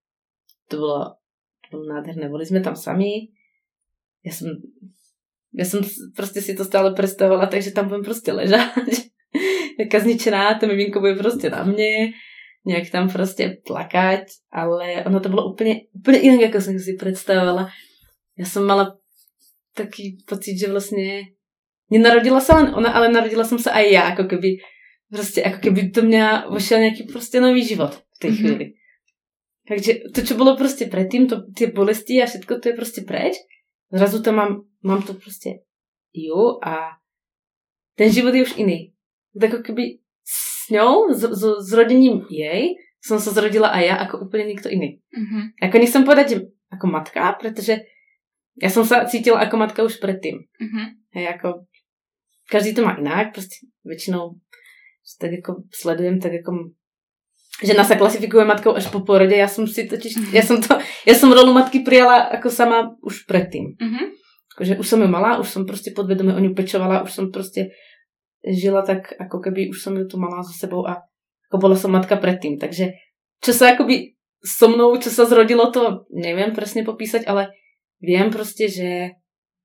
To bolo, to bolo nádherné. Boli sme tam sami. Ja som, ja som proste si to stále predstavovala, takže tam budem proste ležať. Jaká zničená, to miminko bude proste na mne. Nejak tam proste plakať. Ale ono to bolo úplne, úplne inak, ako som si predstavovala. Ja som mala taký pocit, že vlastne nenarodila sa len ona, ale narodila som sa aj ja, ako keby proste ako keby do mňa vošiel nejaký proste nový život v tej mm-hmm. chvíli. Takže to, čo bolo proste predtým, to, tie bolesti a všetko, to je proste preč. Zrazu tam mám, mám to proste ju a ten život je už iný. Tak ako keby s ňou, s, s, s rodením jej, som sa zrodila aj ja ako úplne nikto iný. Mm-hmm. Ako nechcem povedať, že ako matka, pretože ja som sa cítila ako matka už predtým. Mm-hmm. Hej, ako každý to má inak, proste väčšinou tak ako sledujem, tak ako žena sa klasifikuje matkou až po porode. Ja som si totiž, mm-hmm. ja som to, ja som rolu matky prijala ako sama už predtým. Mm-hmm. Akože už som ju mala, už som proste podvedome o ňu pečovala, už som proste žila tak, ako keby už som ju tu mala so sebou a ako bola som matka predtým. Takže čo sa akoby so mnou, čo sa zrodilo, to neviem presne popísať, ale viem proste, že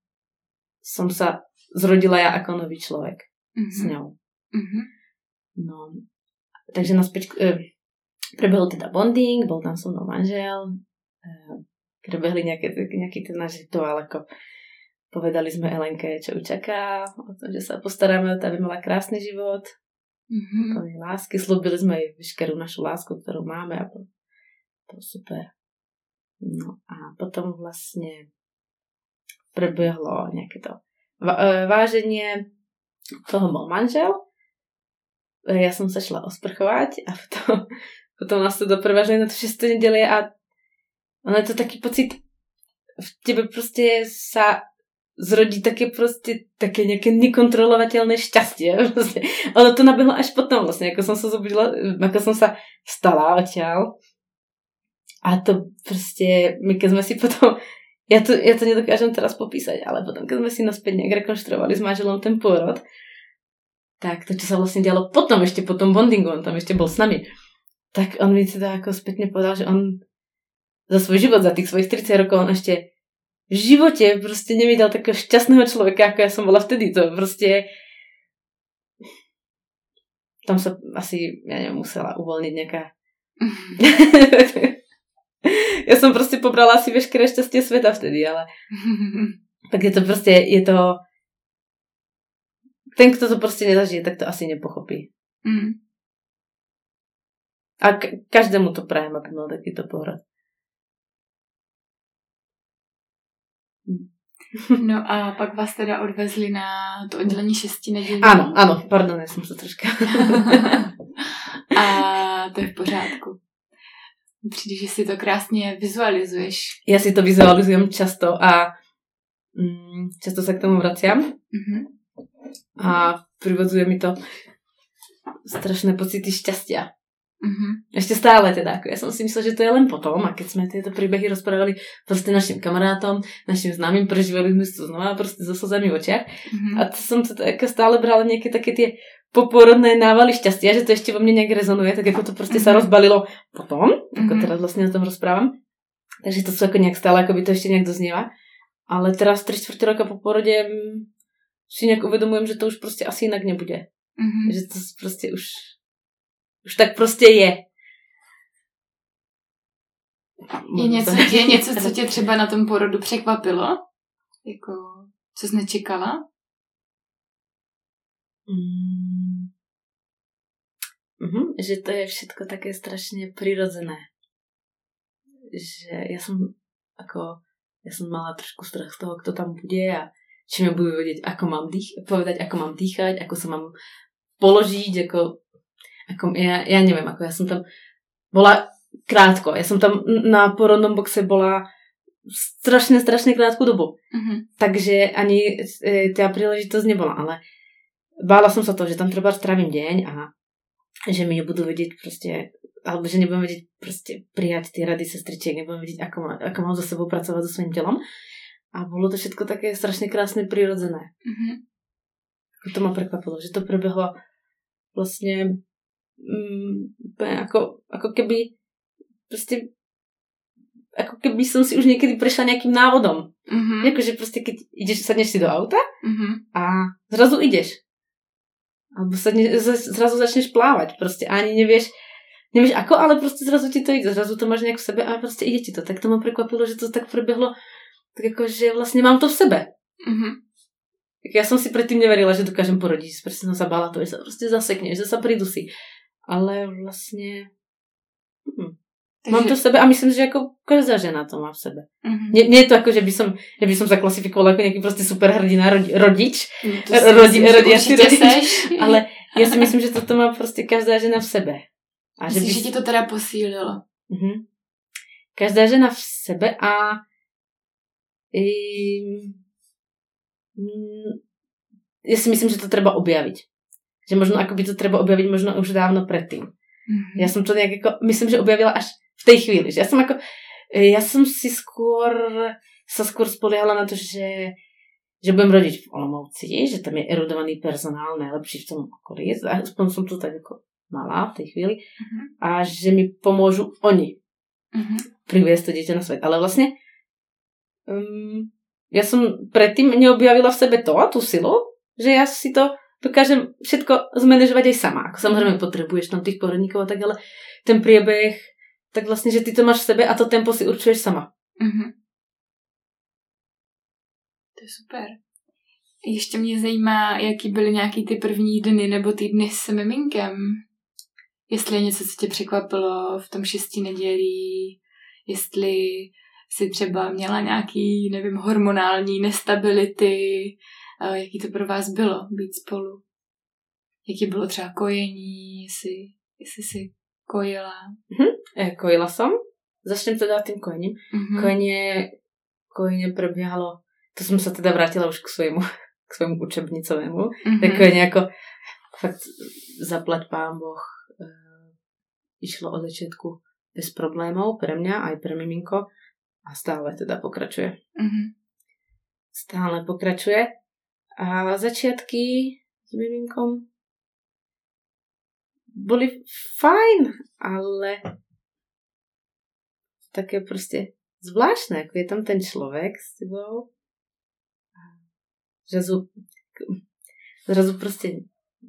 som sa zrodila ja ako nový človek mm-hmm. s ňou. Mm-hmm. No, takže naspäť e, prebehol teda bonding, bol tam so mnou manžel, e, prebehli nejaké, nejaký ten náš rituál, ako povedali sme Elenke, čo ju čaká, o tom, že sa postaráme o to, aby mala krásny život, mm-hmm. plný lásky, slúbili sme jej vyškerú našu lásku, ktorú máme a to, to super. No a potom vlastne prebehlo nejaké to váženie, toho bol manžel. Ja som sa šla osprchovať a potom, potom nás to doprevážili na to šesté nedelie a ono je to taký pocit, v tebe proste sa zrodí také proste také nejaké nekontrolovateľné šťastie. Proste. Ono to nabehlo až potom vlastne, ako som sa zobudila, ako som sa vstala odtiaľ a to proste, my keď sme si potom, ja to, ja to nedokážem teraz popísať, ale potom keď sme si naspäť nejak rekonštruovali s manželom ten pôrod, tak to, čo sa vlastne dialo potom, ešte po tom bondingu, on tam ešte bol s nami, tak on mi teda ako spätne povedal, že on za svoj život, za tých svojich tridsať rokov, on ešte v živote proste nevidel takého šťastného človeka, ako ja som bola vtedy. To proste tam sa asi, ja neviem, musela uvoľniť nejaká ja som proste pobrala asi veškeré šťastie sveta vtedy, ale tak je to proste, je to ten, kto to proste nezažije, tak to asi nepochopí. Mm. A k- každému to prajem, aby mal takýto pohrad. No a pak vás teda odvezli na to oddělení šesti nedělí. Ano, ano, pardon, já jsem se troška. A to je v pořádku. Přijde, že si to krásně vizualizuješ. Já si to vizualizujem často a mm, často se k tomu vracím. Mm-hmm. A privodzuje mi to strašné pocity šťastia. Mm-hmm. Ešte stále teda. Ja som si myslela, že to je len potom, a keď sme tieto príbehy rozprávali proste našim kamarátom, našim známym, prežívali sme to znova proste so slzami v očiach. Mm-hmm. A to som to tak stále brala nejaké také tie poporodné návaly šťastia, že to ešte vo mne nejak rezonuje, tak ako to proste mm-hmm. sa rozbalilo potom, ako mm-hmm. teraz vlastne o tom rozprávam. Takže to sú ako nejak stále, ako by to ešte nejak doznieva. Ale teraz tri štvrte roka po porode si nejak uvedomujem, že to už proste asi inak nebude. Mm-hmm. Že to proste už už tak prostě je. Je něco, je něco, co tě třeba na tom porodu překvapilo? Jako, co jsi nečekala? Mm. Mhm, že to je všetko také strašně prirodzené. Že ja som ako, ja som mala trošku strach z toho, kto tam bude a či mi budú vedieť, ako mám dých, povedať, ako mám dýchať, ako sa mám položiť, ako Ako, ja, ja neviem, ako ja som tam bola krátko. Ja som tam na porodnom boxe bola strašne, strašne krátku dobu. Mm-hmm. Takže ani e, tá príležitosť nebola, ale bála som sa toho, že tam treba strávim deň a že mi nebudú vedieť proste, alebo že nebudem vedieť proste prijať tie rady sestričiek, nebudem vedieť, ako, má, ako mám so sebou pracovať so svojím telom. A bolo to všetko také strašne krásne, prirodzené. Mm-hmm. To ma prekvapilo, že to prebehlo vlastne Mm, ako, ako keby proste ako keby som si už niekedy prešla nejakým návodom. Mm-hmm. Akože proste keď ideš, sadneš si do auta mm-hmm. a zrazu ideš. Alebo sadne, zrazu začneš plávať. Proste ani nevieš nevieš ako, ale proste zrazu ti to ide. Zrazu to máš nejak v sebe a proste ide ti to. Tak to ma prekvapilo, že to tak prebehlo tak ako, že vlastne mám to v sebe. Mm-hmm. Ja som si predtým neverila, že dokážem porodiť. Proste som sa bála to, že sa proste zasekneš, že sa pridusí. Ale vlastne hm, takže mám to v sebe a myslím, že ako každá žena to má v sebe. Uh-huh. Nie, nie je to ako, že by som, že by som sa klasifikovala ako nejaký proste super hrdina rodi, rodič. Mm, rodi, rodiaci rodič. Ale ja si myslím, že toto má proste každá žena v sebe. A myslíš, že, by... že ti to teda posílilo? Uh-huh. Každá žena v sebe a i... ja si myslím, že to treba objaviť. Že možno ako by to treba objaviť možno už dávno predtým. Mm-hmm. Ja som to nejak ako, myslím, že objavila až v tej chvíli. Že ja som ako, ja som si skôr, sa skôr spoliehala na to, že, že budem rodiť v Olomouci, že tam je erudovaný personál najlepší v tom okolí. Aspoň som to tak ako mala v tej chvíli. Mm-hmm. A že mi pomôžu oni mm-hmm. priviesť to dieťa na svet. Ale vlastne um, ja som predtým neobjavila v sebe to, tú silu, že ja si to dokážem všetko zmanéžovať aj sama. Ako samozrejme potrebuješ tam tých porodníkov a tak, ale ten priebeh, tak vlastne, že ty to máš v sebe a to tempo si určuješ sama. Mm-hmm. To je super. Ještě mě zajímá, jaký byly nějaký ty první dny nebo týdny s miminkem. Jestli je něco, co tě překvapilo v tom šesti nedělí, jestli si třeba měla nějaký, nevím, hormonální nestability, jaký to pro vás bylo být spolu? Jaký bylo třeba kojení, jestli, jestli si kojila? Mm-hmm. E, kojila som. Začnem teda tým kojením. Mm-hmm. Kojenie, kojenie prebiehalo, to som sa teda vrátila už k svojmu, k svojmu učebnicovému. Mm-hmm. Tak kojenie ako fakt zaplať Pán Boh e, išlo od začiatku bez problémov pre mňa aj pre miminko a stále teda pokračuje. Mm-hmm. Stále pokračuje. A začiatky s miminkom boli fajn, ale také proste zvláštne, ako je tam ten človek s tebou. Zrazu, zrazu proste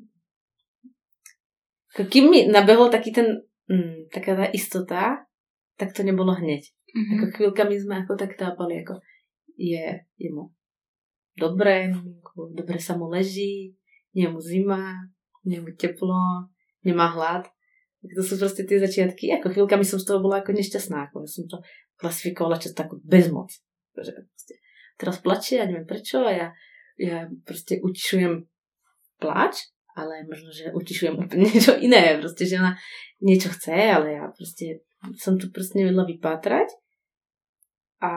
kým mi nabehol taký ten mm, taká tá istota, tak to nebolo hneď. Mm-hmm. Ako chvíľkami sme ako tak tápali, ako je, je mu dobre, dobre sa mu leží, nie mu zima, nie mu teplo, nemá hlad. Tak to sú proste tie začiatky. Ako chvíľkami som z toho bola ako nešťastná. Ako som to klasifikovala často ako bezmoc. teraz plače, ja neviem prečo, a ja, ja proste utišujem pláč, ale možno, že utišujem úplne niečo iné, proste, že ona niečo chce, ale ja proste som tu proste nevedla vypátrať. A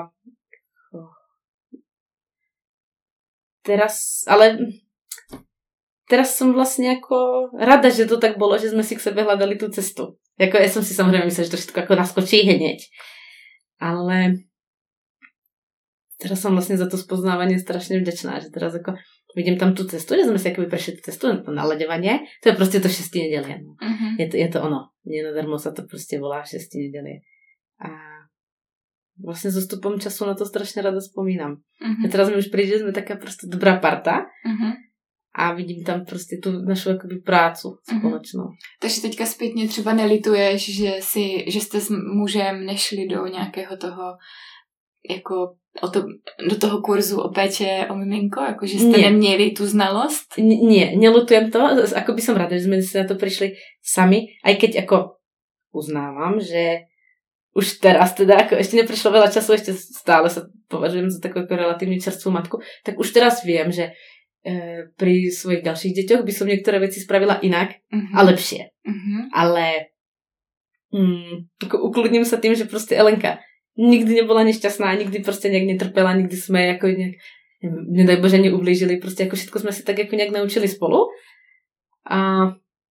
teraz, ale teraz som vlastne ako rada, že to tak bolo, že sme si k sebe hľadali tú cestu. Jako ja som si samozrejme myslela, že to všetko ako naskočí hneď. Ale teraz som vlastne za to spoznávanie strašne vďačná, že teraz ako vidím tam tú cestu, že sme si akoby prešli tú cestu, to nalaďovanie, to je proste to šesté nedelie. No. Uh-huh. Je, to, je to ono. Nenadarmo sa to proste volá šesté nedelie. A vlastne so stupom času na to strašne rada spomínam. Uh-huh. A teraz mi už príde, že sme taká proste dobrá parta uh-huh. a vidím tam proste tú našu akoby prácu spoločnou. Uh-huh. Takže teďka zpětně třeba nelituješ, že, si, že jste s mužem nešli do nějakého toho jako o to, do toho kurzu o péče o miminko? Jako, že jste nie. neměli tu znalost? N- nie, nelutujem to. Ako by som rada, že sme si na to prišli sami. Aj keď ako uznávam, že už teraz teda, ako ešte neprešlo veľa času, ešte stále sa považujem za takú ako relatívne čerstvú matku, tak už teraz viem, že e, pri svojich ďalších deťoch by som niektoré veci spravila inak uh-huh. a lepšie. Uh-huh. Ale mm, ako ukludním sa tým, že proste Elenka nikdy nebola nešťastná, nikdy proste nejak netrpela, nikdy sme ako nejak, nedaj Bože, neublížili, proste ako všetko sme sa tak ako nejak naučili spolu. A,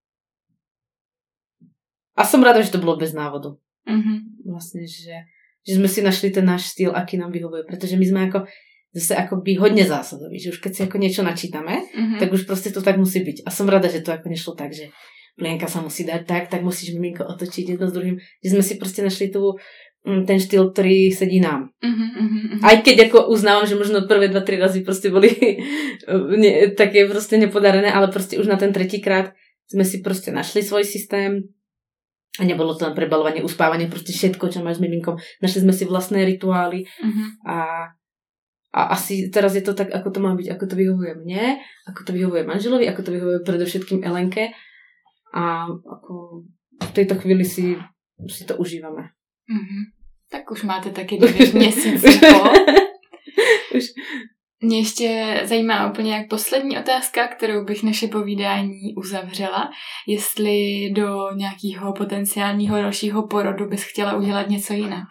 a som rada, že to bolo bez návodu. Mm-hmm. Vlastne, že, že sme si našli ten náš štýl, aký nám vyhovuje, pretože my sme ako zase akoby hodne zásadoví, že už keď si ako niečo načítame, mm-hmm. tak už proste to tak musí byť. A som rada, že to ako nešlo tak, že plienka sa musí dať tak, tak musíš miminko otočiť jedno s druhým, že sme si proste našli tú ten štýl, ktorý sedí nám. Uh-huh, uh-huh. Aj keď ako uznávam, že možno prvé dva, tri razy proste boli ne, také proste nepodarené, ale proste už na ten tretí krát sme si proste našli svoj systém a nebolo to len prebalovanie, uspávanie, proste všetko, čo máš s miminkom. Našli sme si vlastné rituály uh-huh. a, a asi teraz je to tak, ako to má byť, ako to vyhovuje mne, ako to vyhovuje manželovi, ako to vyhovuje predovšetkým Elenke a ako v tejto chvíli si, si to užívame. Mm-hmm. Tak už máte taky devět měsíců po. Už. Mě ještě zajímá úplně jak poslední otázka, kterou bych naše povídání uzavřela. Jestli do nějakého potenciálního dalšího porodu bys chtěla udělat něco jinak.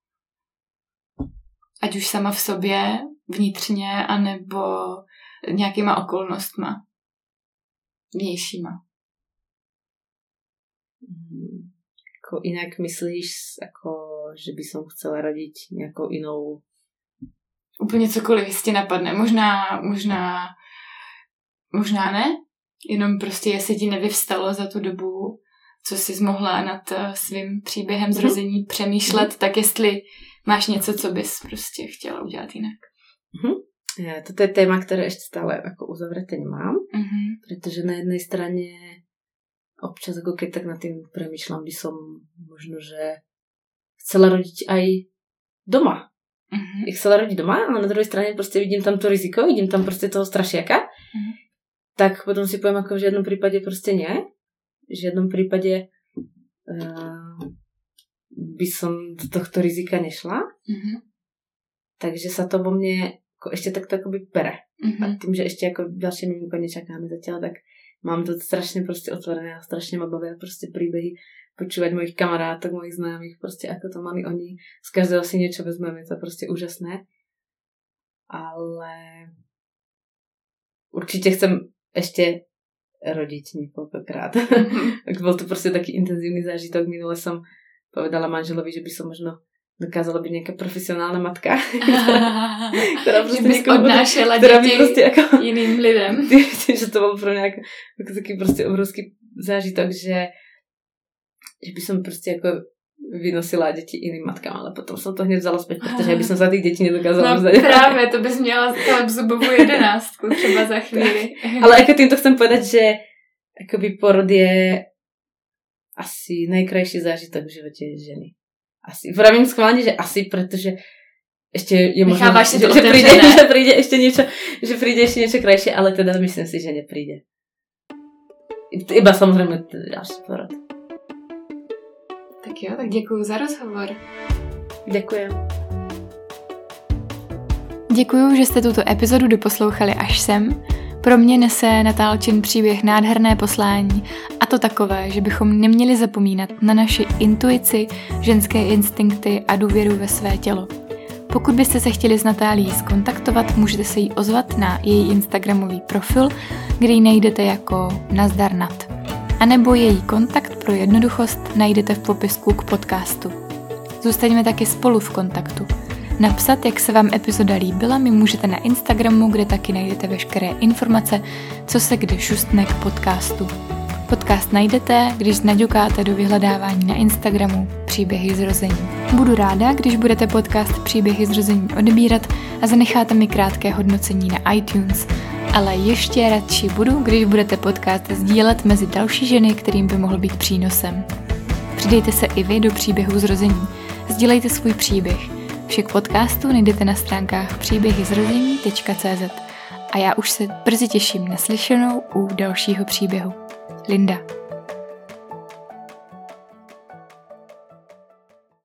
Ať už sama v sobě, vnitřně, anebo nějakýma okolnostma vnějšíma. Mm. Ako inak myslíš, ako, že by som chcela rodiť nejakou inou? Úplně cokoliv jistě napadne. Možná, možná, možná ne. Jenom prostě, jestli ti nevyvstalo za tu dobu, co jsi mohla nad svým příběhem zrození mm-hmm. přemýšlet, tak jestli máš něco, co bys prostě chtěla udělat jinak. Mm-hmm. Ja, toto je téma, ktoré ešte stále ako uzavreté nemám, mm-hmm. pretože na jednej strane občas, ako keď tak nad tým premýšľam, by som možno, že chcela rodiť aj doma. Uh-huh. Ich chcela rodiť doma, ale na druhej strane proste vidím tam to riziko, vidím tam proste toho strašiaka, uh-huh. tak potom si poviem, ako v žiadnom prípade proste nie. V žiadnom prípade uh, by som do tohto rizika nešla. Uh-huh. Takže sa to vo mne ako ešte takto akoby pere. Uh-huh. A tým, že ešte ako ďalšie miminko nečakáme zatiaľ, tak mám to strašne proste otvorené a strašne ma bavia proste príbehy, počúvať mojich kamarátok, mojich známych, proste ako to mali oni. Z každého si niečo vezmeme, to je proste úžasné. Ale určite chcem ešte rodiť niekoľkokrát. Mm-hmm. Bol to proste taký intenzívny zážitok. Minule som povedala manželovi, že by som možno dokázala byť nejaká profesionálna matka, ktorá proste niekomu odnášela deti proste ako, iným lidem. Že to bol pre mňa ako, ako taký proste obrovský zážitok, že, že by som proste ako vynosila deti iným matkám, ale potom som to hneď vzala späť, pretože ja by som za tých detí nedokázala no, vzdať. Práve, to bys měla zubovú jedenáctku třeba za chvíli. Ale ako týmto chcem povedať, že akoby porod je asi najkrajší zážitok v živote ženy. Asi. Vravím schválne, že asi, pretože ešte je možno, že, že, príde, že príde ešte niečo, že príde ešte niečo krajšie, ale teda myslím si, že nepríde. Iba samozrejme ďalší porod. Tak jo, tak děkuju za rozhovor. Ďakujem. Děkuju, že jste tuto epizodu doposlouchali až sem. Pro mě nese Natálčin příběh nádherné poslání, a to takové, že bychom neměli zapomínat na naši intuici, ženské instinkty a důvěru ve své tělo. Pokud byste se chtěli s Natálií skontaktovat, můžete se jí ozvat na její instagramový profil, kde ji najdete jako Nazdar Nat. A nebo její kontakt pro jednoduchost najdete v popisku k podcastu. Zůstaňme taky spolu v kontaktu. Napsat, jak se vám epizoda líbila, mi můžete na Instagramu, kde taky najdete veškeré informace, co se kde šustne k podcastu. Podcast najdete, když naďukáte do vyhledávání na Instagramu Příběhy zrození. Budu ráda, když budete podcast Příběhy zrození odebírat a zanecháte mi krátké hodnocení na iTunes, ale ještě radši budu, když budete podcast sdílet mezi další ženy, kterým by mohl být přínosem. Přidejte se i vy do Příběhu zrození. Sdílejte svůj příběh. Vše k podcastu najdete na stránkách příběhy zrození tečka cé zet a já už se brzy těším na slyšenou u dalšího příběhu. Linda.